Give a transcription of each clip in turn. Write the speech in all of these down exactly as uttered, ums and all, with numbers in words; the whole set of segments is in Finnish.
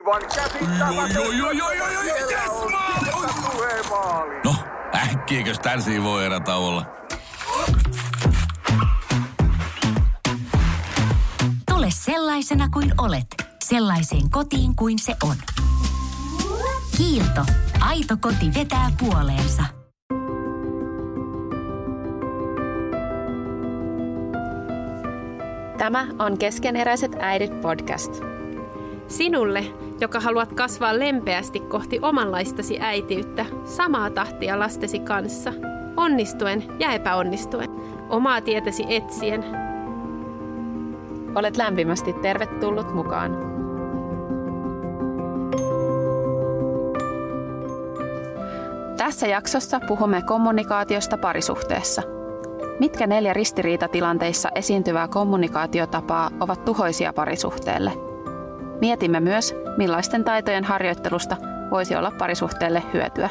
Aivan käsittämätöntä. No, äkkiäkös tän voi erätä olla? Tule sellaisena kuin olet, sellaiseen kotiin kuin se on. Kiilto. Aito koti vetää puoleensa. Tämä on Keskeneräiset äidit podcast. Sinulle, joka haluat kasvaa lempeästi kohti omanlaistasi äitiyttä, samaa tahtia lastesi kanssa, onnistuen ja epäonnistuen, omaa tietäsi etsien. Olet lämpimästi tervetullut mukaan. Tässä jaksossa puhumme kommunikaatiosta parisuhteessa. Mitkä neljä ristiriitatilanteissa esiintyvää kommunikaatiotapaa ovat tuhoisia parisuhteelle? Mietimme myös, millaisten taitojen harjoittelusta voisi olla parisuhteelle hyötyä.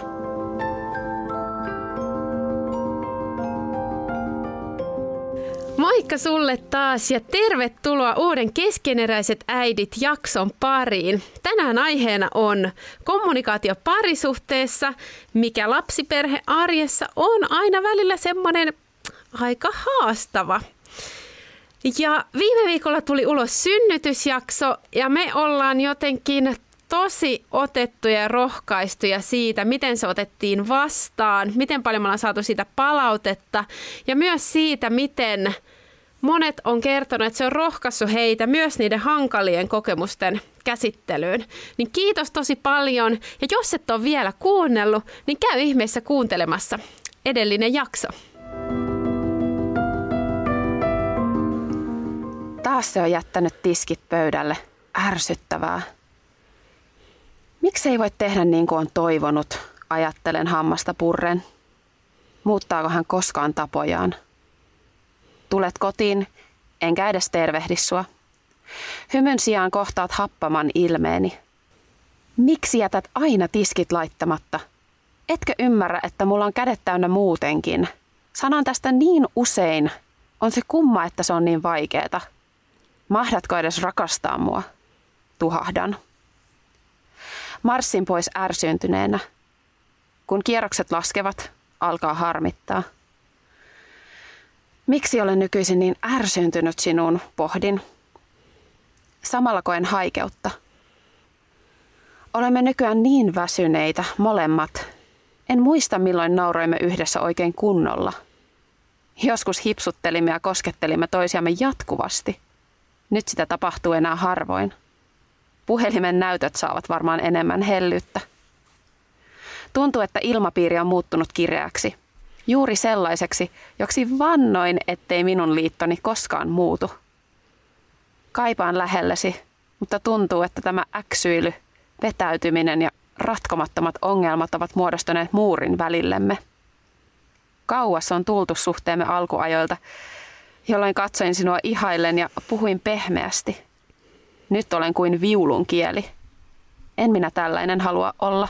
Moikka sulle taas ja tervetuloa uuden Keskeneräiset äidit jakson pariin. Tänään aiheena on kommunikaatio parisuhteessa, mikä lapsiperhe arjessa on aina välillä semmoinen aika haastava. Ja viime viikolla tuli ulos synnytysjakso ja me ollaan jotenkin tosi otettuja ja rohkaistuja siitä, miten se otettiin vastaan, miten paljon me ollaan saatu siitä palautetta ja myös siitä, miten monet on kertonut, että se on rohkaissut heitä myös niiden hankalien kokemusten käsittelyyn. Niin kiitos tosi paljon ja jos et ole vielä kuunnellut, niin käy ihmeessä kuuntelemassa edellinen jakso. Taas se on jättänyt tiskit pöydälle. Ärsyttävää. Miksi ei voi tehdä niin kuin on toivonut, ajattelen hammasta purren. Muuttaako hän koskaan tapojaan? Tulet kotiin, enkä edes tervehdi sua. Hymyn sijaan kohtaat happaman ilmeeni. Miksi jätät aina tiskit laittamatta? Etkö ymmärrä, että mulla on kädet täynnä muutenkin? Sanon tästä niin usein. On se kumma, että se on niin vaikeeta. Mahdatko edes rakastaa mua? Tuhahdan. Marssin pois ärsyyntyneenä. Kun kierrokset laskevat, alkaa harmittaa. Miksi olen nykyisin niin ärsyyntynyt sinuun, pohdin. Samalla koen haikeutta. Olemme nykyään niin väsyneitä, molemmat. En muista, milloin nauroimme yhdessä oikein kunnolla. Joskus hipsuttelimme ja koskettelimme toisiamme jatkuvasti. Nyt sitä tapahtuu enää harvoin. Puhelimen näytöt saavat varmaan enemmän hellyyttä. Tuntuu, että ilmapiiri on muuttunut kireäksi. Juuri sellaiseksi, joksi vannoin, ettei minun liittoni koskaan muutu. Kaipaan lähellesi, mutta tuntuu, että tämä äksyily, vetäytyminen ja ratkomattomat ongelmat ovat muodostuneet muurin välillemme. Kauas on tultu suhteemme alkuajoilta, jolloin katsoin sinua ihaillen ja puhuin pehmeästi. Nyt olen kuin viulun kieli. En minä tällainen halua olla.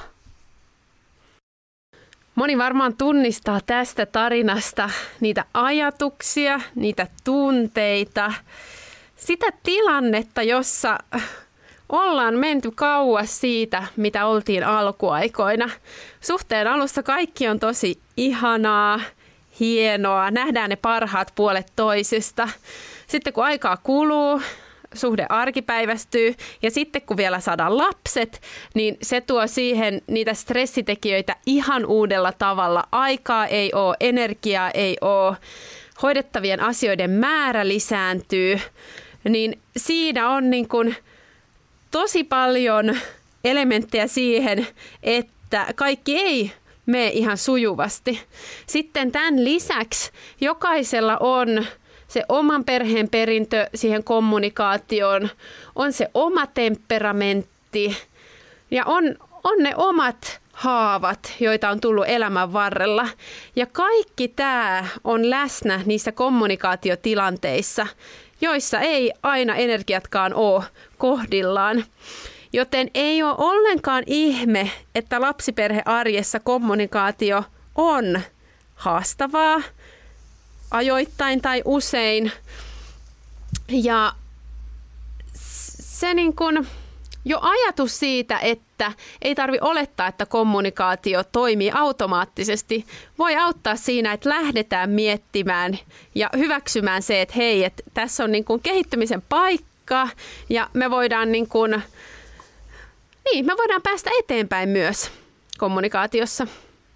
Moni varmaan tunnistaa tästä tarinasta niitä ajatuksia, niitä tunteita, sitä tilannetta, jossa ollaan menty kauas siitä, mitä oltiin alkuaikoina. Suhteen alussa kaikki on tosi ihanaa, hienoa, nähdään ne parhaat puolet toisista. Sitten kun aikaa kuluu, suhde arkipäivästyy ja sitten kun vielä saadaan lapset, niin se tuo siihen niitä stressitekijöitä ihan uudella tavalla. Aikaa ei ole, energiaa ei ole, hoidettavien asioiden määrä lisääntyy, niin siinä on niin kuin tosi paljon elementtejä siihen, että kaikki ei mene ihan sujuvasti. Sitten tämän lisäksi jokaisella on se oman perheen perintö siihen kommunikaatioon, on se oma temperamentti ja on, on ne omat haavat, joita on tullut elämän varrella. Ja kaikki tämä on läsnä niissä kommunikaatiotilanteissa, joissa ei aina energiatkaan ole kohdillaan. Joten ei ole ollenkaan ihme, että lapsiperhearjessa kommunikaatio on haastavaa, ajoittain tai usein. Ja se niin kuin jo ajatus siitä, että ei tarvitse olettaa, että kommunikaatio toimii automaattisesti, voi auttaa siinä, että lähdetään miettimään ja hyväksymään se, että hei, että tässä on niin kuin kehittymisen paikka ja me voidaan, niin kuin, niin, me voidaan päästä eteenpäin myös kommunikaatiossa.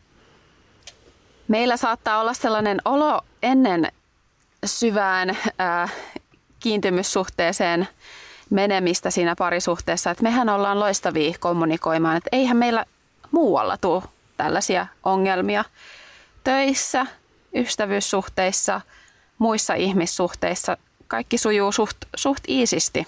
Meillä saattaa olla sellainen olo ennen syvään äh, kiintymyssuhteeseen menemistä siinä parisuhteessa, että mehän ollaan loistavia kommunikoimaan, että eihän meillä muualla tule tällaisia ongelmia töissä, ystävyyssuhteissa, muissa ihmissuhteissa. Kaikki sujuu suht, suht iisisti.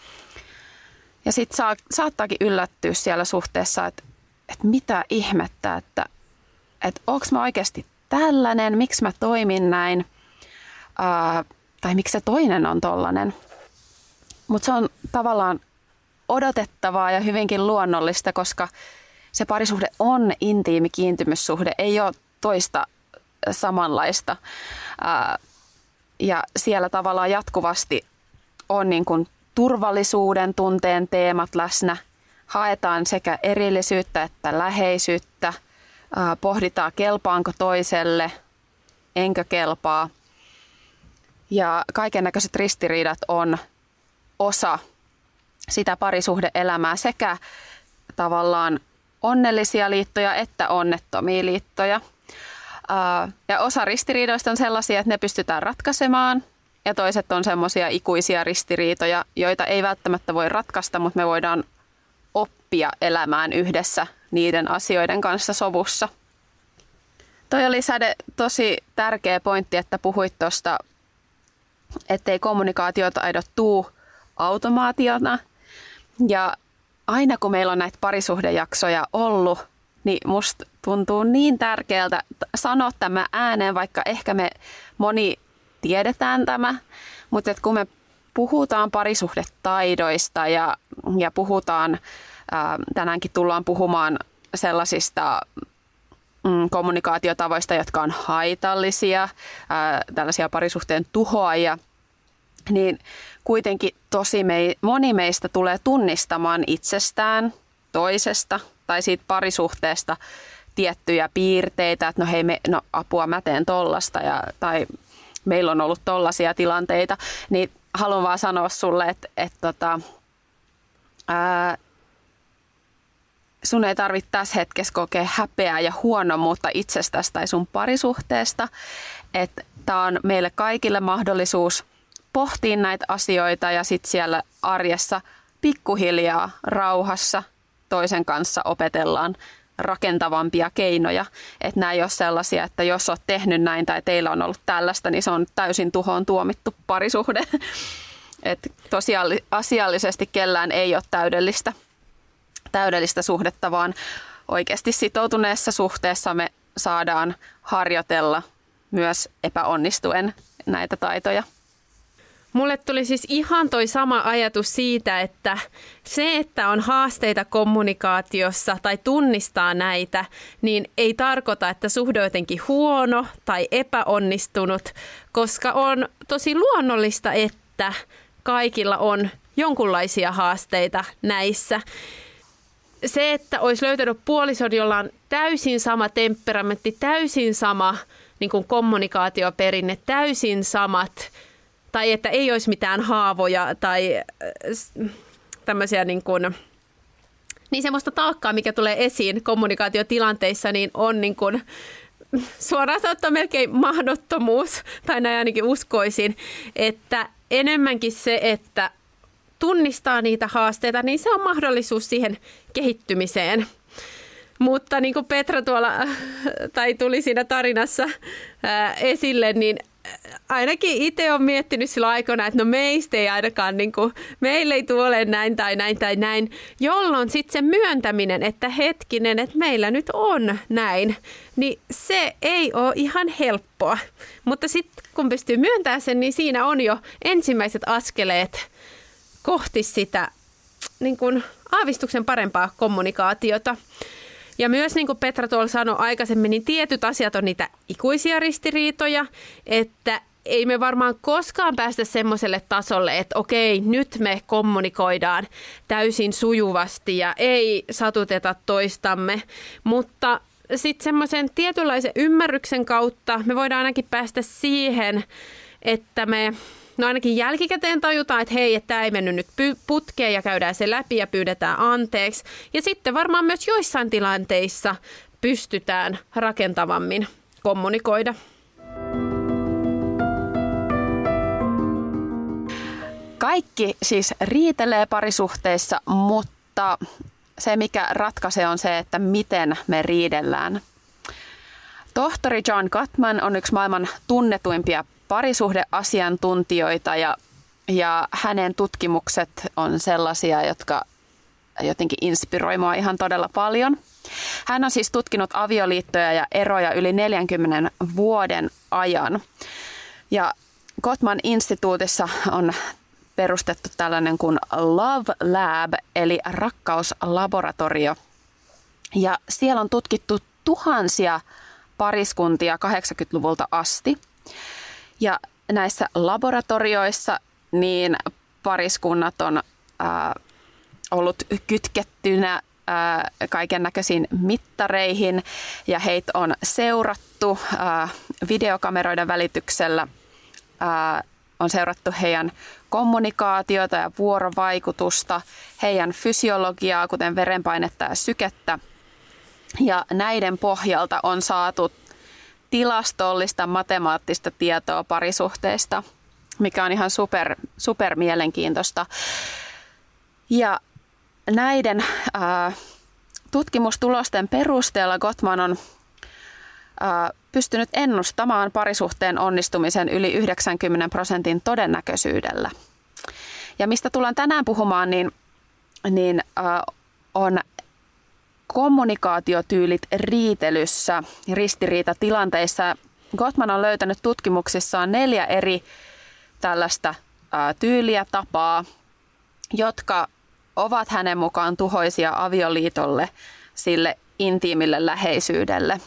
Ja sitten saa, saattaakin yllättyä siellä suhteessa, että, että mitä ihmettä, että, että onko mä oikeasti tällainen, miksi mä toimin näin, ää, tai miksi se toinen on tollainen. Mutta se on tavallaan odotettavaa ja hyvinkin luonnollista, koska se parisuhde on intiimi kiintymyssuhde, ei ole toista samanlaista. Ää, ja siellä tavallaan jatkuvasti on niin kuin turvallisuuden tunteen teemat läsnä. Haetaan sekä erillisyyttä että läheisyyttä. Ää, pohditaan, kelpaanko toiselle, enkö kelpaa. Ja kaikennäköiset ristiriidat on osa sitä parisuhde-elämää, sekä tavallaan onnellisia liittoja että onnettomia liittoja. Ja osa ristiriidoista on sellaisia, että ne pystytään ratkaisemaan, ja toiset on semmoisia ikuisia ristiriitoja, joita ei välttämättä voi ratkaista, mutta me voidaan oppia elämään yhdessä niiden asioiden kanssa sovussa. Toi oli, Säde, tosi tärkeä pointti, että puhuit tuosta, ettei kommunikaatiotaidot tuu automaationa. Ja aina kun meillä on näitä parisuhdejaksoja ollut, niin musta tuntuu niin tärkeältä sanoa tämä ääneen, vaikka ehkä me moni tiedetään tämä. Mutta kun me puhutaan parisuhdetaidoista ja, ja puhutaan, ää, tänäänkin tullaan puhumaan sellaisista mm, kommunikaatiotavoista, jotka on haitallisia, ää, tällaisia parisuhteen tuhoajia, niin kuitenkin tosi mei, moni meistä tulee tunnistamaan itsestään, toisesta tai siitä parisuhteesta tiettyjä piirteitä, että no hei, me, no apua, mä teen tollasta ja, tai meillä on ollut tollaisia tilanteita, niin haluan vaan sanoa sulle, että, että tota, ää, sun ei tarvitse tässä hetkessä kokea häpeää ja huonomuutta itsestäsi tai sun parisuhteesta, että tää on meille kaikille mahdollisuus pohtia näitä asioita ja sitten siellä arjessa pikkuhiljaa rauhassa toisen kanssa opetellaan rakentavampia keinoja. Että nämä ei ole sellaisia, että jos olet tehnyt näin tai teillä on ollut tällaista, niin se on täysin tuhoon tuomittu parisuhde. Että tosiaan asiallisesti kellään ei ole täydellistä, täydellistä suhdetta, vaan oikeasti sitoutuneessa suhteessa me saadaan harjoitella myös epäonnistuen näitä taitoja. Mulle tuli siis ihan toi sama ajatus siitä, että se, että on haasteita kommunikaatiossa tai tunnistaa näitä, niin ei tarkoita, että suhde on jotenkin huono tai epäonnistunut, koska on tosi luonnollista, että kaikilla on jonkunlaisia haasteita näissä. Se, että olisi löytänyt puolison, jolla on täysin sama temperamentti, täysin sama niin kuin kommunikaatioperinne, täysin samat, tai että ei olisi mitään haavoja tai tämmöisiä niin kuin, niin semmoista taakkaa, mikä tulee esiin kommunikaatiotilanteissa, niin on niin kuin suoraan sanottuna melkein mahdottomuus, tai näin ainakin uskoisin, että enemmänkin se, että tunnistaa niitä haasteita, niin se on mahdollisuus siihen kehittymiseen. Mutta niin kuin Petra tuolla, tai tuli siinä tarinassa ää, esille, niin ainakin itse olen miettinyt sillä aikana, että no meistä ei ainakaan, niin kuin, meillä ei tule näin tai näin tai näin, jolloin sitten se myöntäminen, että hetkinen, että meillä nyt on näin, niin se ei ole ihan helppoa. Mutta sitten kun pystyy myöntämään sen, niin siinä on jo ensimmäiset askeleet kohti sitä niin kuin aavistuksen parempaa kommunikaatiota. Ja myös niin kuin Petra tuolla sanoi aikaisemmin, niin tietyt asiat on niitä ikuisia ristiriitoja, että ei me varmaan koskaan päästä semmoiselle tasolle, että okei, nyt me kommunikoidaan täysin sujuvasti ja ei satuteta toistamme, mutta sitten semmoisen tietynlaisen ymmärryksen kautta me voidaan ainakin päästä siihen, että me no ainakin jälkikäteen tajutaan, että hei, että tämä ei mennyt nyt putkeen ja käydään se läpi ja pyydetään anteeksi. Ja sitten varmaan myös joissain tilanteissa pystytään rakentavammin kommunikoida. Kaikki siis riitelee parisuhteissa, mutta se mikä ratkaisee on se, että miten me riidellään. Tohtori John Gottman on yksi maailman tunnetuimpia parisuhdeasiantuntijoita ja, ja hänen tutkimukset on sellaisia, jotka jotenkin inspiroi mua ihan todella paljon. Hän on siis tutkinut avioliittoja ja eroja yli neljänkymmenen vuoden ajan. Ja Gottman instituutissa on perustettu tällainen kuin Love Lab, eli rakkauslaboratorio. Ja siellä on tutkittu tuhansia pariskuntia kahdeksankymmentäluvulta asti. Ja näissä laboratorioissa niin pariskunnat on äh, ollut kytkettynä kaiken näköisiin mittareihin ja heitä on seurattu äh, videokameroiden välityksellä. Äh, on seurattu heidän kommunikaatiota ja vuorovaikutusta, heidän fysiologiaa, kuten verenpainetta ja sykettä. Ja näiden pohjalta on saatu tilastollista matemaattista tietoa parisuhteista, mikä on ihan super, super mielenkiintoista. Ja näiden äh, tutkimustulosten perusteella Gottman on äh, pystynyt ennustamaan parisuhteen onnistumisen yli yhdeksänkymmentä prosentin todennäköisyydellä. Ja mistä tullaan tänään puhumaan, niin, niin äh, on kommunikaatiotyylit riitelyssä, ristiriitatilanteissa. Gottman on löytänyt tutkimuksissaan neljä eri tällaista äh, tyyliä, tapaa, jotka ovat hänen mukaan tuhoisia avioliitolle, sille intiimille läheisyydelle.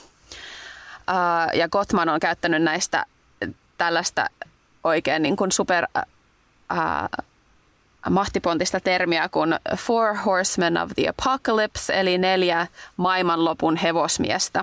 Ja Gottman on käyttänyt näistä tällaista oikein niin kuin super äh, mahtipontista termiä kuin Four Horsemen of the Apocalypse, eli neljä maailmanlopun hevosmiestä.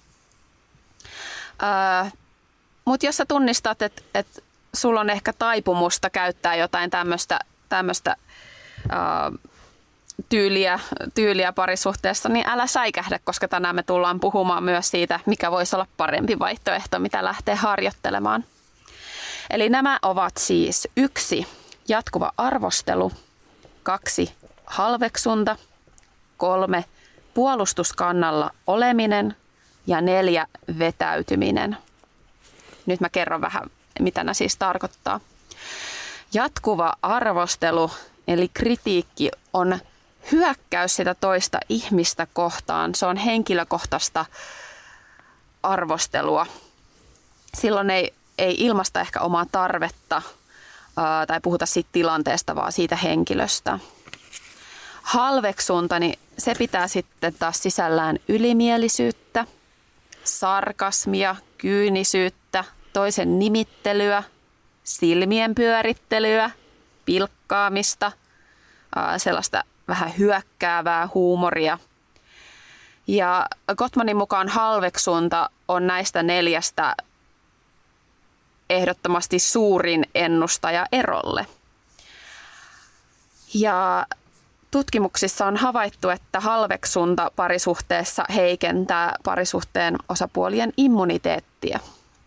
Äh, Mutta jos sä tunnistat, että et sulla on ehkä taipumusta käyttää jotain tämmöistä tämmöistä Uh, tyyliä, tyyliä parisuhteessa, niin älä säikähdä, koska tänään me tullaan puhumaan myös siitä, mikä voisi olla parempi vaihtoehto, mitä lähtee harjoittelemaan. Eli nämä ovat siis yksi, jatkuva arvostelu, kaksi, halveksunta, kolme, puolustuskannalla oleminen ja neljä, vetäytyminen. Nyt mä kerron vähän, mitä nämä siis tarkoittaa. Jatkuva arvostelu eli kritiikki on hyökkäys sitä toista ihmistä kohtaan. Se on henkilökohtaista arvostelua. Silloin ei, ei ilmaista ehkä omaa tarvetta ää, tai puhuta siitä tilanteesta, vaan siitä henkilöstä. Halveksunta, niin se pitää sitten taas sisällään ylimielisyyttä, sarkasmia, kyynisyyttä, toisen nimittelyä, silmien pyörittelyä, pilkkaamista, sellaista vähän hyökkäävää huumoria. Ja Gottmanin mukaan halveksunta on näistä neljästä ehdottomasti suurin ennustaja erolle. Ja tutkimuksissa on havaittu, että halveksunta parisuhteessa heikentää parisuhteen osapuolien immuniteettia.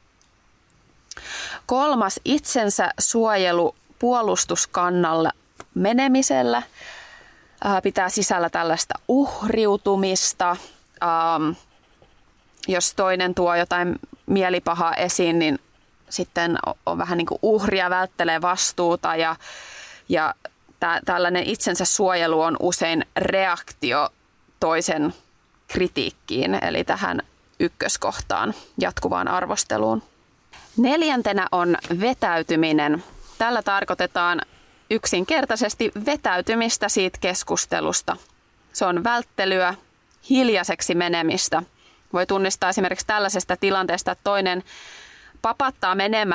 Kolmas, itsensä suojelu puolustuskannalla menemisellä ää, pitää sisällä tällaista uhriutumista. Ähm, jos toinen tuo jotain mielipahaa esiin, niin sitten on, on vähän niin kuin uhria, välttelee vastuuta ja, ja tä, tällainen itsensä suojelu on usein reaktio toisen kritiikkiin, eli tähän ykköskohtaan, jatkuvaan arvosteluun. Neljäntenä on vetäytyminen. Tällä tarkoitetaan yksinkertaisesti vetäytymistä siitä keskustelusta. Se on välttelyä, hiljaiseksi menemistä. Voi tunnistaa esimerkiksi tällaisesta tilanteesta, että toinen papattaa menemään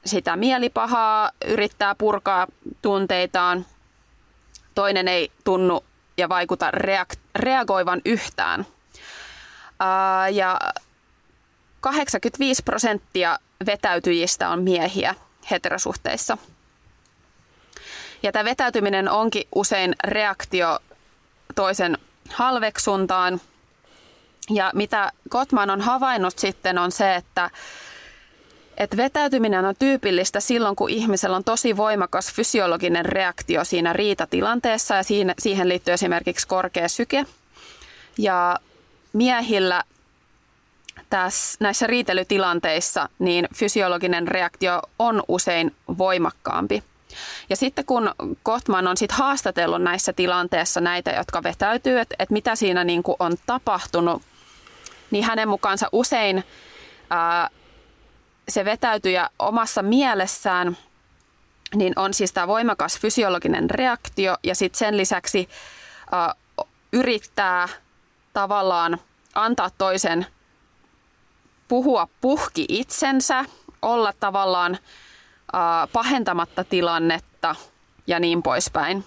sitä mielipahaa, yrittää purkaa tunteitaan. Toinen ei tunnu ja vaikuta reak- reagoivan yhtään. Ää, ja kahdeksankymmentäviisi prosenttia vetäytyjistä on miehiä heterosuhteissa. Ja tämä vetäytyminen onkin usein reaktio toisen halveksuntaan. Ja mitä Gottman on havainnut sitten on se, että, että vetäytyminen on tyypillistä silloin, kun ihmisellä on tosi voimakas fysiologinen reaktio siinä riitatilanteessa ja siinä, siihen liittyy esimerkiksi korkea syke. Ja miehillä tässä, näissä riitelytilanteissa niin fysiologinen reaktio on usein voimakkaampi. Ja sitten kun Gottman on sit haastatellut näissä tilanteissa näitä, jotka vetäytyy, että et mitä siinä niinku on tapahtunut, niin hänen mukaansa usein ää, se vetäytyjä omassa mielessään niin on siis tämä voimakas fysiologinen reaktio ja sitten sen lisäksi ää, yrittää tavallaan antaa toisen puhua puhki itsensä, olla tavallaan pahentamatta tilannetta ja niin poispäin.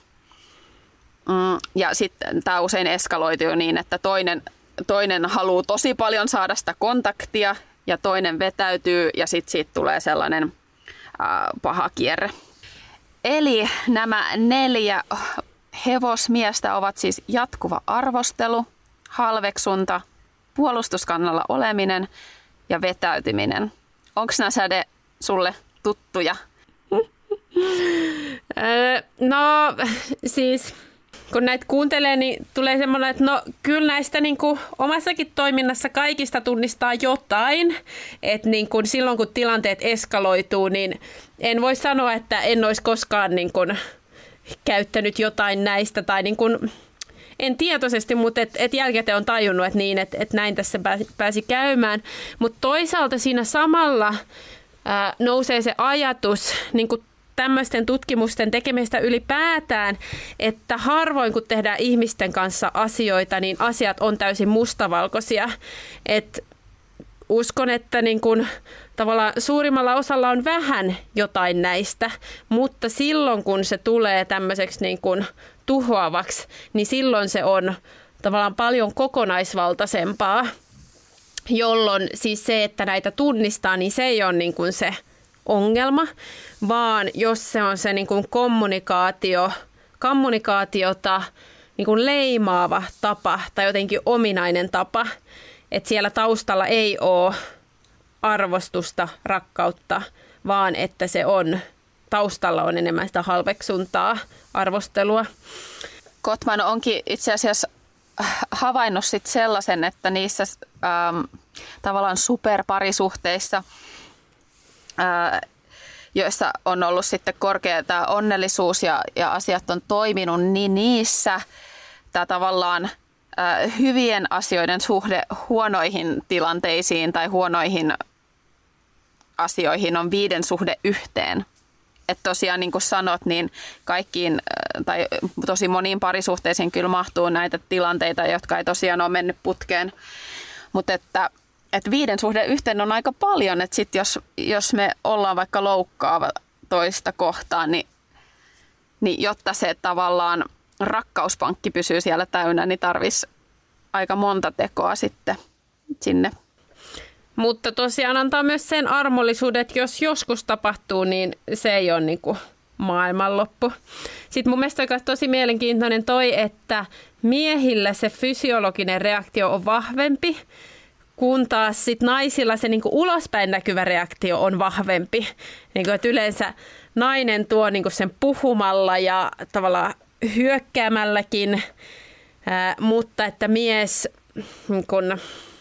Ja sitten tämä usein eskaloituu niin, että toinen, toinen haluaa tosi paljon saada sitä kontaktia ja toinen vetäytyy ja sitten siitä tulee sellainen ää, paha kierre. Eli nämä neljä hevosmiestä ovat siis jatkuva arvostelu, halveksunta, puolustuskannalla oleminen ja vetäytyminen. Onko nämä, Säde, sulle tuttuja? No siis kun näitä kuuntelee, niin tulee semmoinen, että no kyllä näistä niin kuin omassakin toiminnassa kaikista tunnistaa jotain. Että niin kuin silloin kun tilanteet eskaloituu, niin en voi sanoa, että en olisi koskaan niin kuin käyttänyt jotain näistä tai niin kuin en tietoisesti, mutta et, et jälkikäteen on tajunnut, että niin, että et näin tässä pääsi, pääsi käymään. Mutta toisaalta siinä samalla ää, nousee se ajatus niin kuin tämmöisten tutkimusten tekemistä ylipäätään, että harvoin kun tehdään ihmisten kanssa asioita, niin asiat on täysin mustavalkoisia. Et uskon, että niin kun tavallaan suurimmalla osalla on vähän jotain näistä, mutta silloin kun se tulee tämmöiseksi niin kun tuhoavaksi, niin silloin se on tavallaan paljon kokonaisvaltaisempaa, jolloin siis se, että näitä tunnistaa, niin se ei ole niin kuin se ongelma, vaan jos se on se niin kuin kommunikaatio, kommunikaatiota niin kuin leimaava tapa tai jotenkin ominainen tapa, että siellä taustalla ei ole arvostusta, rakkautta, vaan että se on, taustalla on enemmän sitä halveksuntaa, arvostelua. Gottman onkin itse asiassa havainnut sit sellaisen, että niissä ähm, tavallaan superparisuhteissa, äh, joissa on ollut sitten korkea tämä onnellisuus ja, ja asiat on toiminut, niin niissä tämä tavallaan äh, hyvien asioiden suhde huonoihin tilanteisiin tai huonoihin asioihin on viiden suhde yhteen. Että tosiaan niin kuin sanot, niin kaikkiin tai tosi moniin parisuhteisiin kyllä mahtuu näitä tilanteita, jotka ei tosiaan ole mennyt putkeen. Mutta että, että viiden suhde yhteen on aika paljon, että sit jos, jos me ollaan vaikka loukkaava toista kohtaan, niin, niin jotta se tavallaan rakkauspankki pysyy siellä täynnä, niin tarvitsisi aika monta tekoa sitten sinne. Mutta tosiaan antaa myös sen armollisuuden, että jos joskus tapahtuu, niin se ei ole niin kuin maailmanloppu. Sitten mun mielestä on tosi mielenkiintoinen toi, että miehillä se fysiologinen reaktio on vahvempi, kun taas sit naisilla se niin kuin ulospäin näkyvä reaktio on vahvempi. Niin kuin, että yleensä nainen tuo niin kuin sen puhumalla ja tavallaan hyökkäämälläkin, ää, mutta että mies niin kuin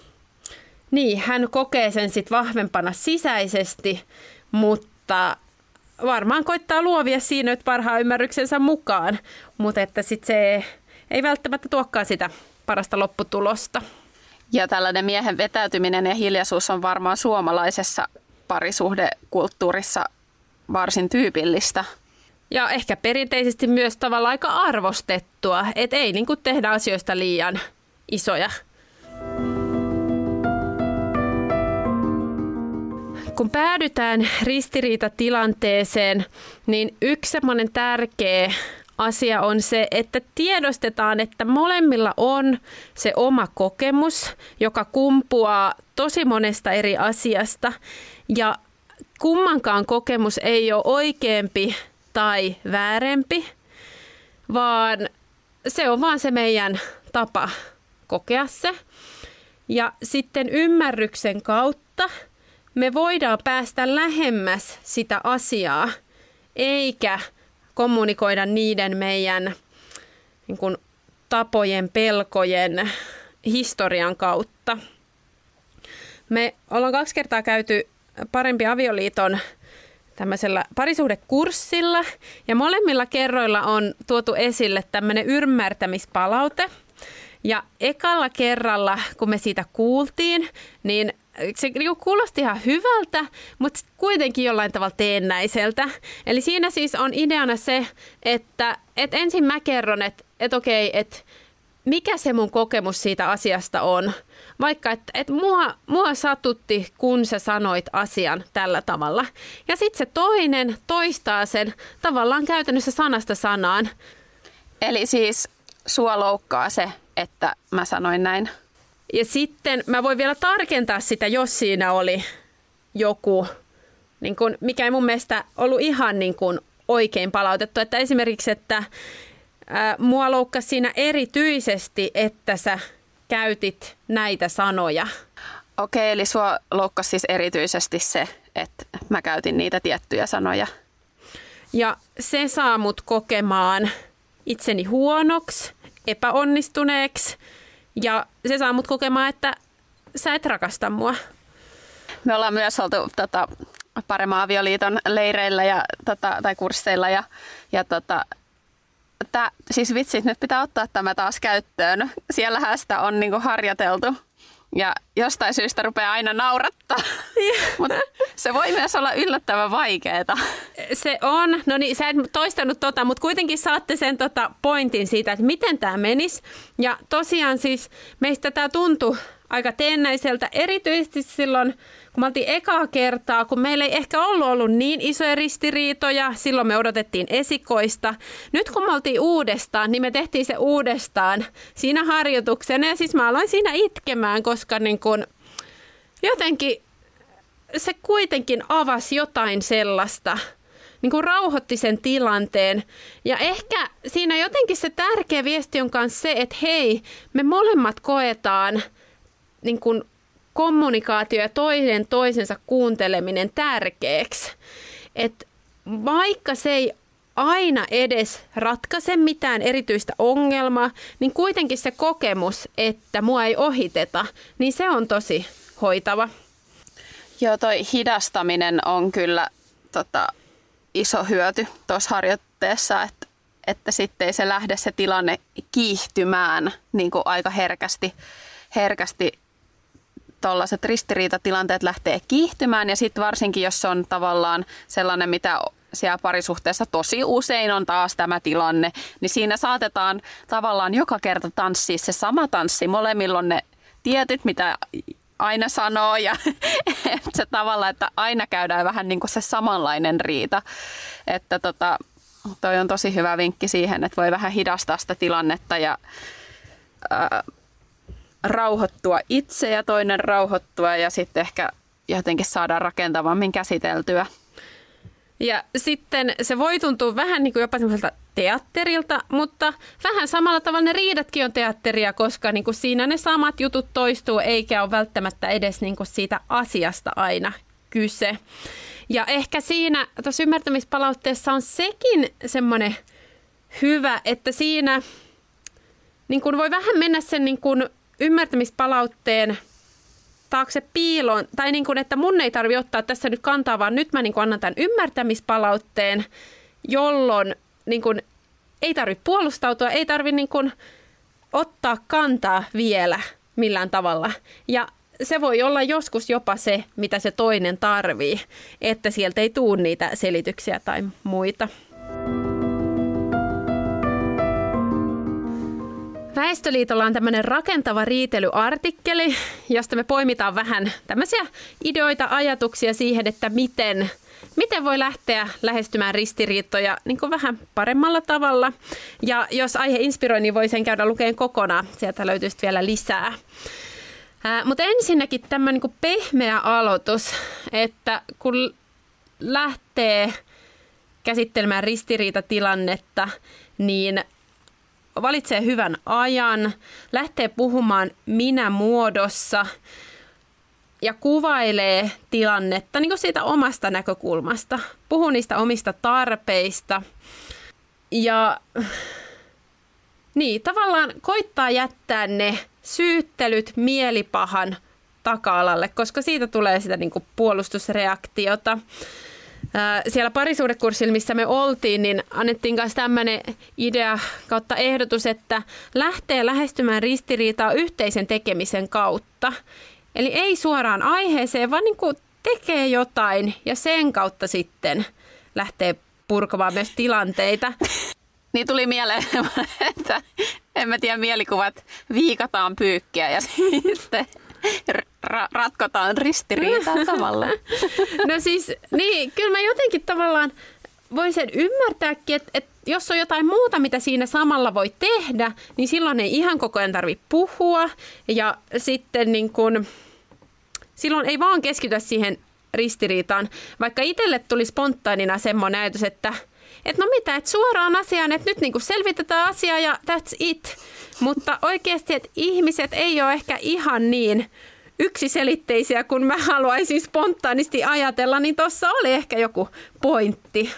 Niin, hän kokee sen sitten vahvempana sisäisesti, mutta varmaan koittaa luovia siinä nyt parhaan ymmärryksensä mukaan, mutta että sitten se ei välttämättä tuokaan sitä parasta lopputulosta. Ja tällainen miehen vetäytyminen ja hiljaisuus on varmaan suomalaisessa parisuhdekulttuurissa varsin tyypillistä. Ja ehkä perinteisesti myös tavallaan aika arvostettua, että ei niin kuin tehdä asioista liian isoja. kun päädytään ristiriitatilanteeseen, niin yksi semmoinen tärkeä asia on se, että tiedostetaan, että molemmilla on se oma kokemus, joka kumpuaa tosi monesta eri asiasta. Ja kummankaan kokemus ei ole oikeampi tai väärempi, vaan se on vaan se meidän tapa kokea se. Ja sitten ymmärryksen kautta me voidaan päästä lähemmäs sitä asiaa, eikä kommunikoida niiden meidän niin kuin, tapojen, pelkojen, historian kautta. Me ollaan kaksi kertaa käyty Parempi avioliiton tämmöisellä parisuhdekurssilla ja molemmilla kerroilla on tuotu esille tämmöinen ymmärtämispalaute. Ja ekalla kerralla, kun me siitä kuultiin, niin se kuulosti ihan hyvältä, mutta kuitenkin jollain tavalla teennäiseltä. Eli siinä siis on ideana se, että, että ensin mä kerron, että, että okei, että mikä se mun kokemus siitä asiasta on. Vaikka, että, että mua, mua satutti, kun sä sanoit asian tällä tavalla. Ja sitten se toinen toistaa sen tavallaan käytännössä sanasta sanaan. Eli siis sua loukkaa se, että mä sanoin näin. Ja sitten mä voin vielä tarkentaa sitä, jos siinä oli joku, niin kun, mikä ei mun mielestä ollut ihan niin kun oikein palautettu. Että esimerkiksi, että ää, mua loukkasi siinä erityisesti, että sä käytit näitä sanoja. Okei, eli sua loukkasi siis erityisesti se, että mä käytin niitä tiettyjä sanoja. Ja se saa mut kokemaan itseni huonoksi, epäonnistuneeksi. Ja se saa mut kokemaan, että sä et rakasta mua. Me ollaan myös oltu tota, Paremman avioliiton leireillä ja, tota, tai kursseilla. Ja, ja tota, tää, siis vitsit, nyt pitää ottaa tämä taas käyttöön. Siellähän sitä on niinku harjoiteltu. Ja jostain syystä rupeaa aina naurattaa. Mutta se voi myös olla yllättävän vaikeaa. Se on. No niin, sä et toistanut tota, mutta kuitenkin saatte sen tota pointin siitä, että miten tämä menisi. Ja tosiaan siis meistä tämä tuntui aika teennäiseltä, erityisesti silloin, kun me oltiin ekaa kertaa, kun meillä ei ehkä ollut ollut niin isoja ristiriitoja, silloin me odotettiin esikoista. Nyt kun me oltiin uudestaan, niin me tehtiin se uudestaan siinä harjoituksena ja siis mä aloin siinä itkemään, koska niin kun jotenkin se kuitenkin avasi jotain sellaista, niin kuin rauhoitti sen tilanteen. Ja ehkä siinä jotenkin se tärkeä viesti on myös se, että hei, me molemmat koetaan niin kuin kommunikaatio ja toinen toisensa kuunteleminen tärkeäksi. Että vaikka se ei aina edes ratkaise mitään erityistä ongelmaa, niin kuitenkin se kokemus, että mua ei ohiteta, niin se on tosi hoitava. Joo, toi hidastaminen on kyllä tota, iso hyöty tuossa harjoitteessa, että, että sitten ei se lähde se tilanne kiihtymään niin kuin aika herkästi. herkästi tuollaiset ristiriitatilanteet lähtee kiihtymään ja sitten varsinkin, jos on tavallaan sellainen, mitä siellä parisuhteessa tosi usein on taas tämä tilanne, niin siinä saatetaan tavallaan joka kerta tanssia se sama tanssi. Molemmilla on ne tietyt, mitä aina sanoo ja se tavalla, että aina käydään vähän niin kuin se samanlainen riita. Että tota, toi on tosi hyvä vinkki siihen, että voi vähän hidastaa sitä tilannetta ja ää, rauhoittua itse ja toinen rauhoittua ja sitten ehkä jotenkin saadaan rakentavammin käsiteltyä. Ja sitten se voi tuntua vähän niin kuin jopa semmoiselta teatterilta, mutta vähän samalla tavalla ne riidatkin on teatteria, koska niin kuin siinä ne samat jutut toistuu, eikä ole välttämättä edes niin kuin siitä asiasta aina kyse. Ja ehkä siinä tuossa ymmärtämispalautteessa on sekin semmoinen hyvä, että siinä niin kuin voi vähän mennä sen niin kuin ymmärtämispalautteen taakse piiloon, tai niin kuin, että mun ei tarvitse ottaa tässä nyt kantaa, vaan nyt mä niin kuin annan tämän ymmärtämispalautteen, jolloin niin kuin ei tarvitse puolustautua, ei tarvitse niin kuin ottaa kantaa vielä millään tavalla. Ja se voi olla joskus jopa se, mitä se toinen tarvii, että sieltä ei tule niitä selityksiä tai muita. Väestöliitolla on tämmöinen rakentava riitelyartikkeli, josta me poimitaan vähän tämmöisiä ideoita, ajatuksia siihen, että miten, miten voi lähteä lähestymään ristiriitoja niin kuin vähän paremmalla tavalla. Ja jos aihe inspiroi, niin voi sen käydä lukeen kokonaan. Sieltä löytyy vielä lisää. Ää, mutta ensinnäkin tämmöinen niin kuin pehmeä aloitus, että kun lähtee käsittelemään ristiriitatilannetta, niin valitsee hyvän ajan, lähtee puhumaan minä-muodossa ja kuvailee tilannetta niin kuin siitä omasta näkökulmasta. Puhuu niistä omista tarpeista ja niin, tavallaan koittaa jättää ne syyttelyt mielipahan taka-alalle, koska siitä tulee sitä niin kuin puolustusreaktiota. Siellä parisuhdekurssilla, missä me oltiin, niin annettiin myös tämmöinen idea kautta ehdotus, että lähtee lähestymään ristiriitaa yhteisen tekemisen kautta. Eli ei suoraan aiheeseen, vaan niin kuin tekee jotain ja sen kautta sitten lähtee purkamaan myös tilanteita. Niin tuli mieleen, että en mä tiedä, mielikuvat viikataan pyykkiä ja sitten ra- ratkotaan ristiriitaa samalla. No siis, niin, kyllä mä jotenkin tavallaan voisin ymmärtääkin, että, että jos on jotain muuta, mitä siinä samalla voi tehdä, niin silloin ei ihan koko ajan tarvitse puhua. Ja sitten niin kun, silloin ei vaan keskitytä siihen ristiriitaan. Vaikka itselle tuli spontaanina semmoinen ajatus, että että no mitä, että suoraan asiaan, että nyt niin kuin selvitetään asiaa ja that's it. Mutta oikeasti, että ihmiset ei ole ehkä ihan niin yksiselitteisiä, kun mä haluaisin spontaanisti ajatella, niin tuossa oli ehkä joku pointti.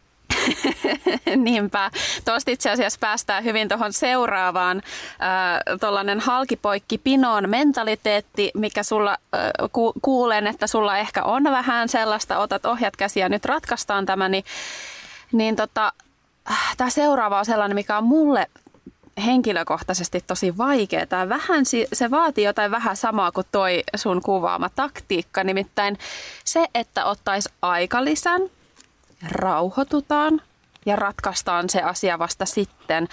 Niinpä. Tuosta itse asiassa päästään hyvin tuohon seuraavaan. Äh, tuollainen halkipoikki pinoon mentaliteetti, mikä sulla äh, ku, kuulen, että sulla ehkä on vähän sellaista, otat ohjat käsiä, nyt ratkaistaan tämä, niin Niin tota, tämä seuraava on sellainen, mikä on mulle henkilökohtaisesti tosi vaikea. Tämä vähän, se vaatii jotain vähän samaa kuin toi sun kuvaama taktiikka. Nimittäin se, että ottaisi aikalisän, rauhoitutaan ja ratkaistaan se asia vasta sitten.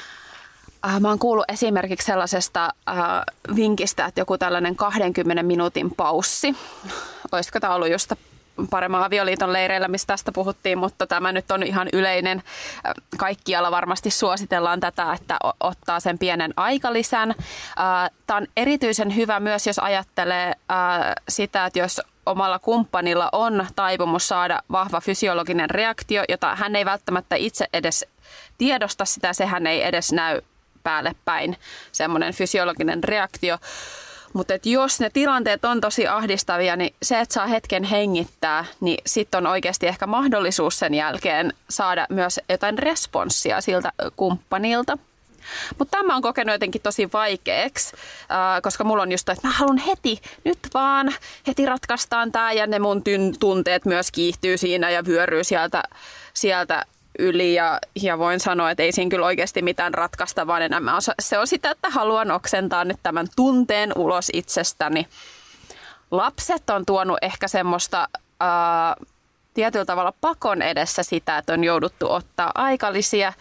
Mä oon kuullut esimerkiksi sellaisesta äh, vinkistä, että joku tällainen kahdenkymmenen minuutin paussi. Olisiko tämä ollut just paremman avioliiton leireillä, mistä tästä puhuttiin, mutta tämä nyt on ihan yleinen. Kaikkialla varmasti suositellaan tätä, että ottaa sen pienen aikalisän. Tämä on erityisen hyvä myös, jos ajattelee sitä, että jos omalla kumppanilla on taipumus saada vahva fysiologinen reaktio, jota hän ei välttämättä itse edes tiedosta sitä, sehän ei edes näy päälle päin, semmoinen fysiologinen reaktio. Mutta jos ne tilanteet on tosi ahdistavia, niin se, että saa hetken hengittää, niin sitten on oikeasti ehkä mahdollisuus sen jälkeen saada myös jotain responssia siltä kumppanilta. Mutta tämä on kokenut jotenkin tosi vaikeaksi, koska mulla on just toi, että mä haluan heti, nyt vaan, heti ratkaistaan tämä ja ne mun tunteet myös kiihtyy siinä ja vyöryy sieltä, sieltä yli ja, ja voin sanoa, että ei siinä kyllä oikeasti mitään ratkaista, vaan enemmän se on sitä, että haluan oksentaa nyt tämän tunteen ulos itsestäni. Lapset on tuonut ehkä semmoista ää, tietyllä tavalla pakon edessä sitä, että on jouduttu ottaa aikalisia.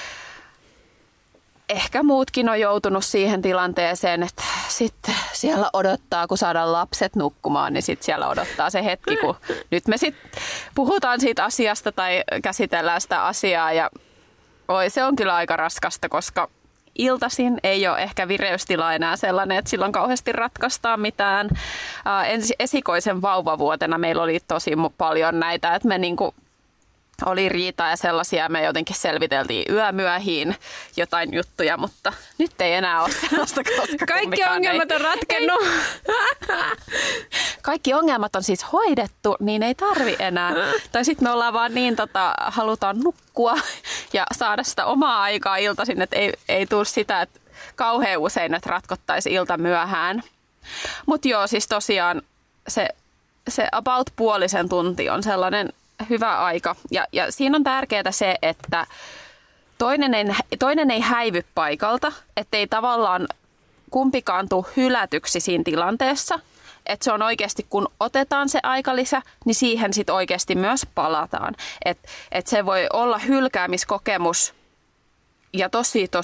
Ehkä muutkin on joutunut siihen tilanteeseen, että sitten siellä odottaa, kun saadaan lapset nukkumaan, niin sitten siellä odottaa se hetki, kun nyt me sitten puhutaan siitä asiasta tai käsitellään sitä asiaa. Ja oi, se on kyllä aika raskasta, koska iltaisin ei ole ehkä vireystila enää sellainen, että silloin kauheasti ratkaistaan mitään. Esikoisen vauvavuotena meillä oli tosi paljon näitä, että me niinku oli riitaa ja sellaisia, me jotenkin selviteltiin yömyöhiin jotain juttuja, mutta nyt ei enää ole sellaista, koska kaikki ongelmat ei, on ratkennut. Ei. Kaikki ongelmat on siis hoidettu, niin ei tarvi enää. Tai sitten me ollaan vaan niin, tota, halutaan nukkua ja saada sitä omaa aikaa iltaisin, että ei, ei tule sitä, että kauhean usein, että ratkottaisi ilta myöhään. Mutta joo, siis tosiaan se, se about puolisen tunti on sellainen hyvä aika. Ja, ja siinä on tärkeää se, että toinen ei, toinen ei häivy paikalta, ettei tavallaan kumpikaan tule hylätyksi siinä tilanteessa. Että se on oikeasti, kun otetaan se aikalisä, niin siihen sitten oikeasti myös palataan. Että et se voi olla hylkäämiskokemus ja tosi, tosi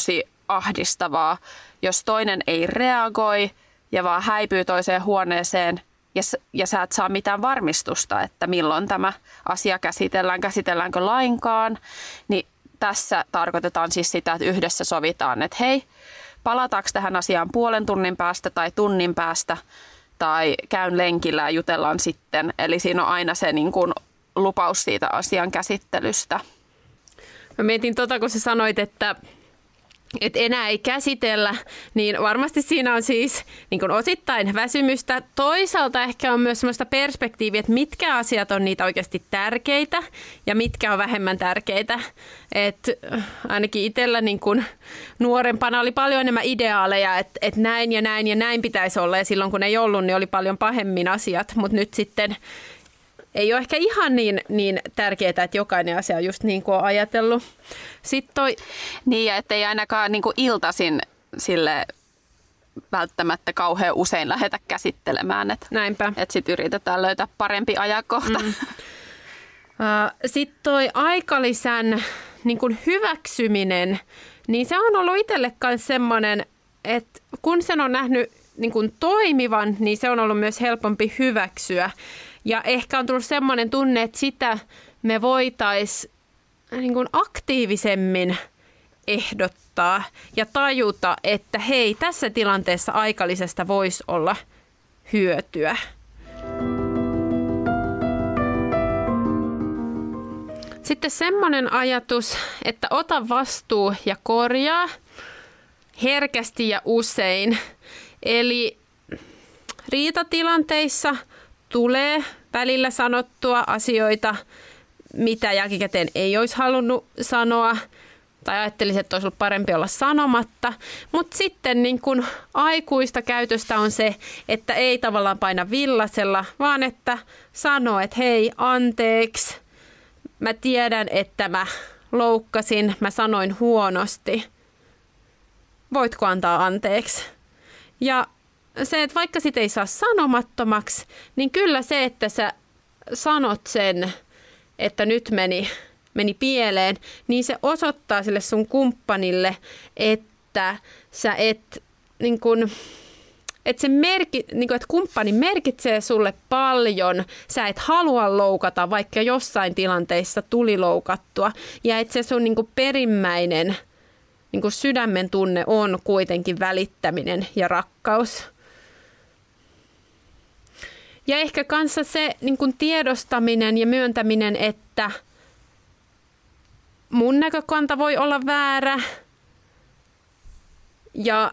ahdistavaa, jos toinen ei reagoi ja vaan häipyy toiseen huoneeseen ja, ja sä et saa mitään varmistusta, että milloin tämä asia käsitellään, käsitelläänkö lainkaan, niin tässä tarkoitetaan siis sitä, että yhdessä sovitaan, että hei, palataanko tähän asiaan puolen tunnin päästä tai tunnin päästä tai käyn lenkillä ja jutellaan sitten. Eli siinä on aina se niin kuin lupaus siitä asian käsittelystä. Mä mietin tota, kun sä sanoit, että, että enää ei käsitellä, niin varmasti siinä on siis niin kuin osittain väsymystä. Toisaalta ehkä on myös sellaista perspektiiviä, että mitkä asiat on niitä oikeasti tärkeitä ja mitkä on vähemmän tärkeitä. Et ainakin itsellä niin kuin nuorempana oli paljon enemmän ideaaleja, että, että näin ja näin ja näin pitäisi olla. Ja silloin kun ei ollut, niin oli paljon pahemmin asiat, mutta nyt sitten ei ole ehkä ihan niin, niin tärkeää, että jokainen asia on just niin kuin on ajatellut. Sitten toi... Niin, ja ettei ainakaan niin kuin iltaisin sille välttämättä kauhean usein lähdetä käsittelemään. Että, Näinpä. Että sitten yritetään löytää parempi ajankohta. Mm. Sitten toi aikalisän niin kuin hyväksyminen, niin se on ollut itselle myös semmoinen, että kun sen on nähnyt niin kuin toimivan, niin se on ollut myös helpompi hyväksyä. Ja ehkä on tullut semmoinen tunne, että sitä me voitaisiin niin kuin aktiivisemmin ehdottaa ja tajuta, että hei, tässä tilanteessa aikalisesta voisi olla hyötyä. Sitten semmoinen ajatus, että ota vastuu ja korjaa herkästi ja usein. Eli riitatilanteissa tulee välillä sanottua asioita, mitä jälkikäteen ei olisi halunnut sanoa, tai ajattelisin, että olisi ollut parempi olla sanomatta. Mutta sitten niin kun aikuista käytöstä on se, että ei tavallaan paina villasella, vaan että sanoo, että hei, anteeksi, mä tiedän, että mä loukkasin, mä sanoin huonosti. Voitko antaa anteeksi? Ja se, että vaikka sit ei saa sanomattomaksi, niin kyllä se, että sä sanot sen, että nyt meni, meni pieleen, niin se osoittaa sille sun kumppanille, että sä et, niin kun, että, se merki, niin kun, että kumppani merkitsee sulle paljon, sä et halua loukata, vaikka jossain tilanteissa tuli loukattua, ja että se sun niin kun perimmäinen niin kun sydämen tunne on kuitenkin välittäminen ja rakkaus. Ja ehkä kanssa se niin kun tiedostaminen ja myöntäminen, että mun näkökanta voi olla väärä ja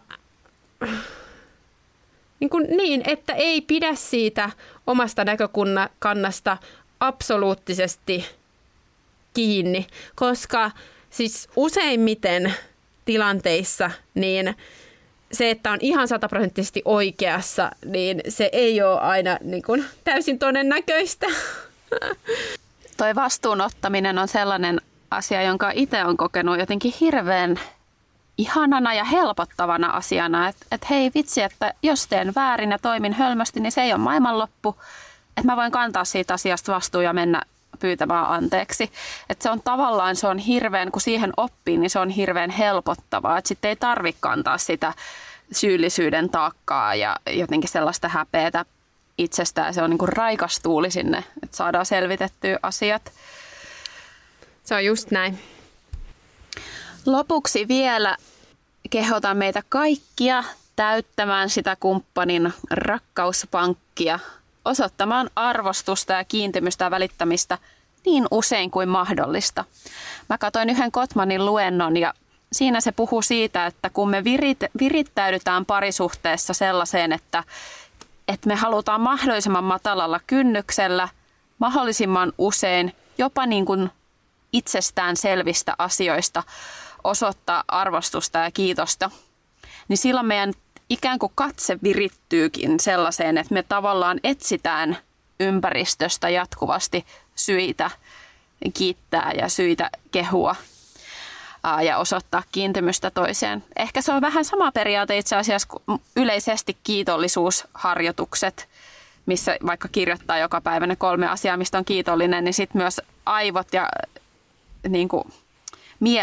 niin, kun niin, että ei pidä siitä omasta näkökannasta absoluuttisesti kiinni, koska siis useimmiten tilanteissa niin se, että on ihan sataprosenttisesti oikeassa, niin se ei ole aina niin kuin täysin todennäköistä. Toi vastuunottaminen on sellainen asia, jonka itse olen kokenut jotenkin hirveän ihanana ja helpottavana asiana. Että et hei vitsi, että jos teen väärin ja toimin hölmösti, niin se ei ole maailmanloppu. Että mä voin kantaa siitä asiasta vastuun ja mennä pyytämään anteeksi. Että se on tavallaan, se on hirveän, kun siihen oppii, niin se on hirveän helpottavaa. Että sitten ei tarvitse kantaa sitä syyllisyyden taakkaa ja jotenkin sellaista häpeätä itsestään. Se on niin kuin raikas tuuli sinne, että saadaan selvitettyä asiat. Se on just näin. Lopuksi vielä kehotan meitä kaikkia täyttämään sitä kumppanin rakkauspankkia, osoittamaan arvostusta ja kiintymystä ja välittämistä niin usein kuin mahdollista. Mä katsoin yhden Gottmanin luennon ja siinä se puhuu siitä, että kun me virit, virittäydytään parisuhteessa sellaiseen, että, että me halutaan mahdollisimman matalalla kynnyksellä, mahdollisimman usein, jopa niin kuin itsestään selvistä asioista osoittaa arvostusta ja kiitosta, niin silloin meidän ikään kuin katse virittyykin sellaiseen, että me tavallaan etsitään ympäristöstä jatkuvasti syitä kiittää ja syitä kehua ja osoittaa kiintymystä toiseen. Ehkä se on vähän sama periaate itse asiassa kuin yleisesti kiitollisuusharjoitukset, missä vaikka kirjoittaa joka päivä ne kolme asiaa, mistä on kiitollinen, niin sitten myös aivot ja niin kuin, mieli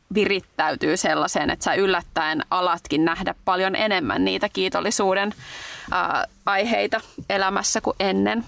virittäytyy sellaiseen, että sä yllättäen alatkin nähdä paljon enemmän niitä kiitollisuuden ää, aiheita elämässä kuin ennen.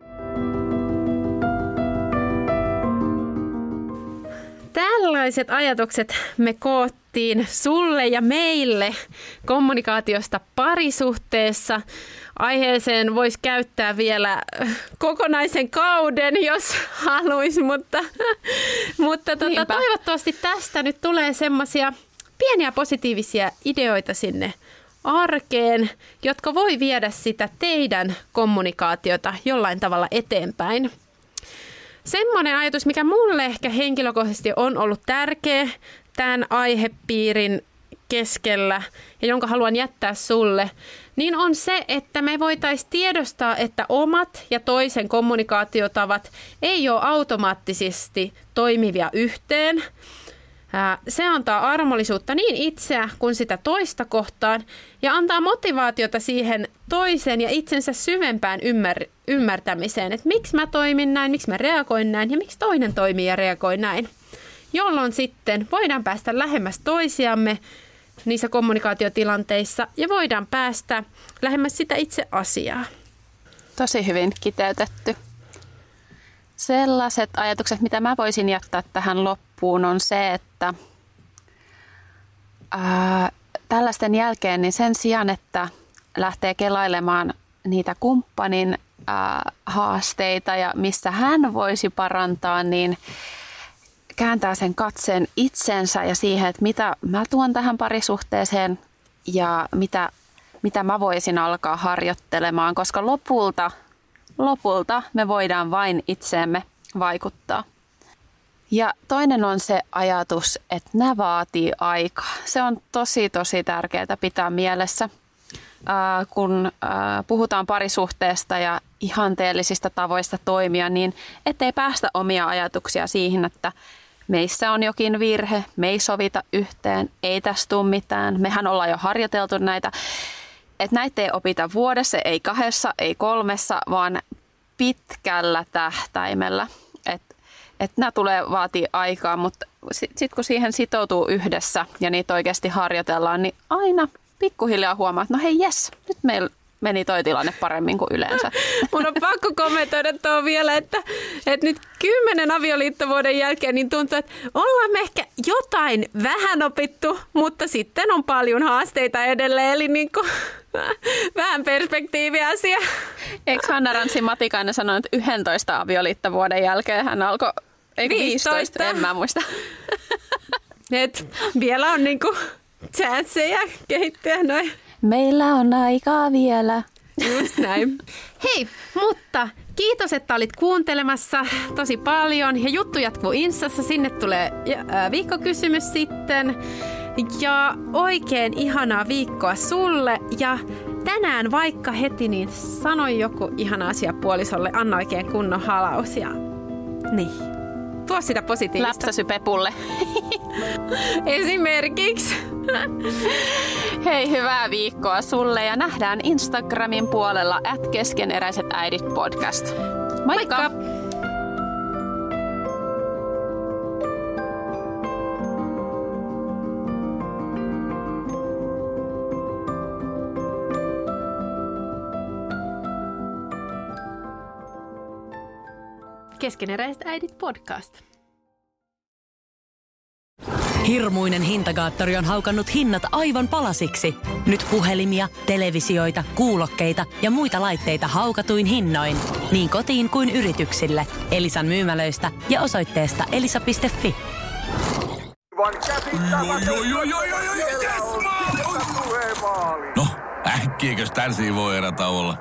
Tällaiset ajatukset me koottiin sulle ja meille kommunikaatiosta parisuhteessa. Aiheeseen voisi käyttää vielä kokonaisen kauden, jos haluaisi, mutta, mutta tuota, toivottavasti tästä nyt tulee semmoisia pieniä positiivisia ideoita sinne arkeen, jotka voi viedä sitä teidän kommunikaatiota jollain tavalla eteenpäin. Semmoinen ajatus, mikä mulle ehkä henkilökohtaisesti on ollut tärkeä tämän aihepiirin keskellä ja jonka haluan jättää sulle, niin on se, että me voitaisiin tiedostaa, että omat ja toisen kommunikaatiotavat ei ole automaattisesti toimivia yhteen. Se antaa armollisuutta niin itseä kuin sitä toista kohtaan ja antaa motivaatiota siihen toisen ja itsensä syvempään ymmär- ymmärtämiseen, että miksi mä toimin näin, miksi mä reagoin näin ja miksi toinen toimii ja reagoi näin. Jolloin sitten voidaan päästä lähemmäs toisiamme niissä kommunikaatiotilanteissa ja voidaan päästä lähemmäs sitä itse asiaa. Tosi hyvin kiteytetty. Sellaiset ajatukset, mitä mä voisin jättää tähän loppuun, on se, että ää, tällaisten jälkeen niin sen sijaan, että lähtee kelailemaan niitä kumppanin ää, haasteita ja missä hän voisi parantaa, niin kääntää sen katseen itsensä ja siihen, että mitä mä tuon tähän parisuhteeseen ja mitä, mitä mä voisin alkaa harjoittelemaan, koska lopulta, lopulta me voidaan vain itseemme vaikuttaa. Ja toinen on se ajatus, että nämä vaatii aikaa. Se on tosi, tosi tärkeää pitää mielessä, kun puhutaan parisuhteesta ja ihanteellisista tavoista toimia, niin ettei päästä omia ajatuksia siihen, että meissä on jokin virhe, me ei sovita yhteen, ei tästä tule mitään. Mehän ollaan jo harjoiteltu näitä, että näitä ei opita vuodessa, ei kahdessa, ei kolmessa, vaan pitkällä tähtäimellä. Että et nämä tulee vaatii aikaa, mutta sitten sit kun siihen sitoutuu yhdessä ja niitä oikeasti harjoitellaan, niin aina pikkuhiljaa huomaa, että no hei jes, nyt meillä meni toi tilanne paremmin kuin yleensä. Mun on pakko kommentoida tuo vielä, että, että nyt kymmenen avioliittovuoden jälkeen niin tuntuu, että ollaan me ehkä jotain vähän opittu, mutta sitten on paljon haasteita edelleen, eli niin kuin, vähän perspektiiviä asia. Eikö Hanna Rantsi Matikainen sanonut, että yksitoista avioliittovuoden jälkeen hän alkoi, eikö viisitoista, en mä muista. Et vielä on niinku chanceja kehittyä noin. Meillä on aikaa vielä. Just näin. Hei, mutta kiitos, että olit kuuntelemassa tosi paljon. Ja juttu jatkuu Instassa. Sinne tulee viikkokysymys sitten. Ja oikein ihanaa viikkoa sulle. Ja tänään vaikka heti, niin sanoi joku ihana asia puolisolle. Anna oikein kunnon halaus. Ja niin. Tuo sitä positiivista. Läpsäsy Pepulle. Esimerkiksi. Hei, hyvää viikkoa sulle ja nähdään Instagramin puolella at keskeneräiset äidit podcast. Moikka! Moikka. Keskeneräiset äidit podcast. Hirmuinen hintakaattori on haukannut hinnat aivan palasiksi. Nyt puhelimia, televisioita, kuulokkeita ja muita laitteita haukatuin hinnoin. Niin kotiin kuin yrityksille. Elisan myymälöistä ja osoitteesta elisa piste fi. No, äkkiäkös tän siivoo erätauolla?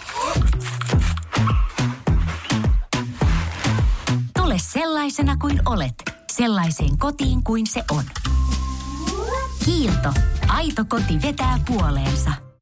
Tule sellaisena kuin olet, sellaiseen kotiin kuin se on. Kiilto. Aito koti vetää puoleensa.